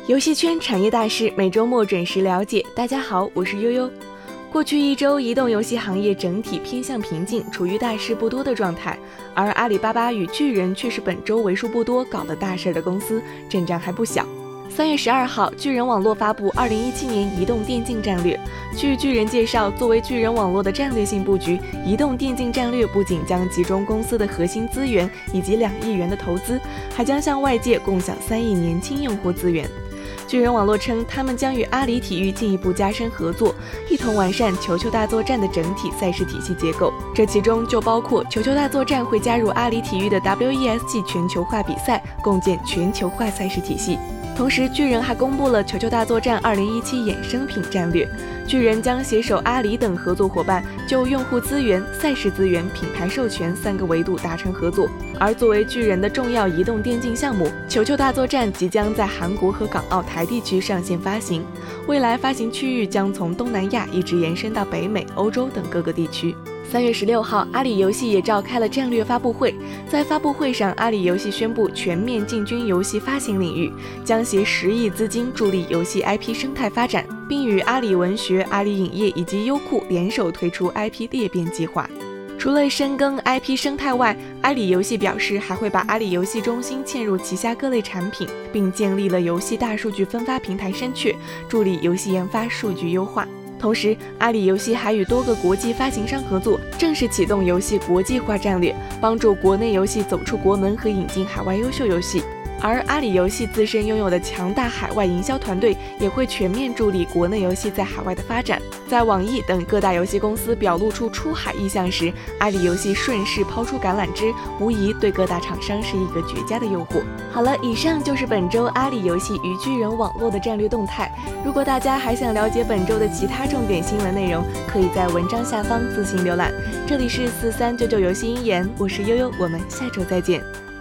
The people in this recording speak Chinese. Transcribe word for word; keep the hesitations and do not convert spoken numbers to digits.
游戏圈产业大事，每周末准时了解。大家好，我是悠悠。过去一周，移动游戏行业整体偏向平静，处于大事不多的状态。而阿里巴巴与巨人却是本周为数不多搞了大事的公司，阵仗还不小。三月十二号，巨人网络发布二零一七年移动电竞战略。据巨人介绍，作为巨人网络的战略性布局，移动电竞战略不仅将集中公司的核心资源以及两亿元的投资，还将向外界共享三亿年轻用户资源。巨人网络称，他们将与阿里体育进一步加深合作，一同完善球球大作战的整体赛事体系结构。这其中就包括球球大作战会加入阿里体育的 W E S G 全球化比赛，共建全球化赛事体系。同时，巨人还公布了球球大作战二零一七衍生品战略。巨人将携手阿里等合作伙伴，就用户资源、赛事资源、品牌授权三个维度达成合作。而作为巨人的重要移动电竞项目，球球大作战即将在韩国和港澳台地区上线发行，未来发行区域将从东南亚一直延伸到北美、欧洲等各个地区。三月十六号，阿里游戏也召开了战略发布会。在发布会上，阿里游戏宣布全面进军游戏发行领域，将携十亿资金助力游戏 I P 生态发展，并与阿里文学、阿里影业以及优酷联手推出 I P 裂变计划。除了深耕 I P 生态外，阿里游戏表示还会把阿里游戏中心嵌入旗下各类产品，并建立了游戏大数据分发平台深雀，助力游戏研发数据优化。同时，阿里游戏还与多个国际发行商合作，正式启动游戏国际化战略，帮助国内游戏走出国门和引进海外优秀游戏。而阿里游戏自身拥有的强大海外营销团队，也会全面助力国内游戏在海外的发展。在网易等各大游戏公司表露出出海意向时，阿里游戏顺势抛出橄榄枝，无疑对各大厂商是一个绝佳的诱惑。好了，以上就是本周阿里游戏与巨人网络的战略动态。如果大家还想了解本周的其他重点新闻内容，可以在文章下方自行浏览。这里是四三九九游戏鹰眼，我是悠悠，我们下周再见。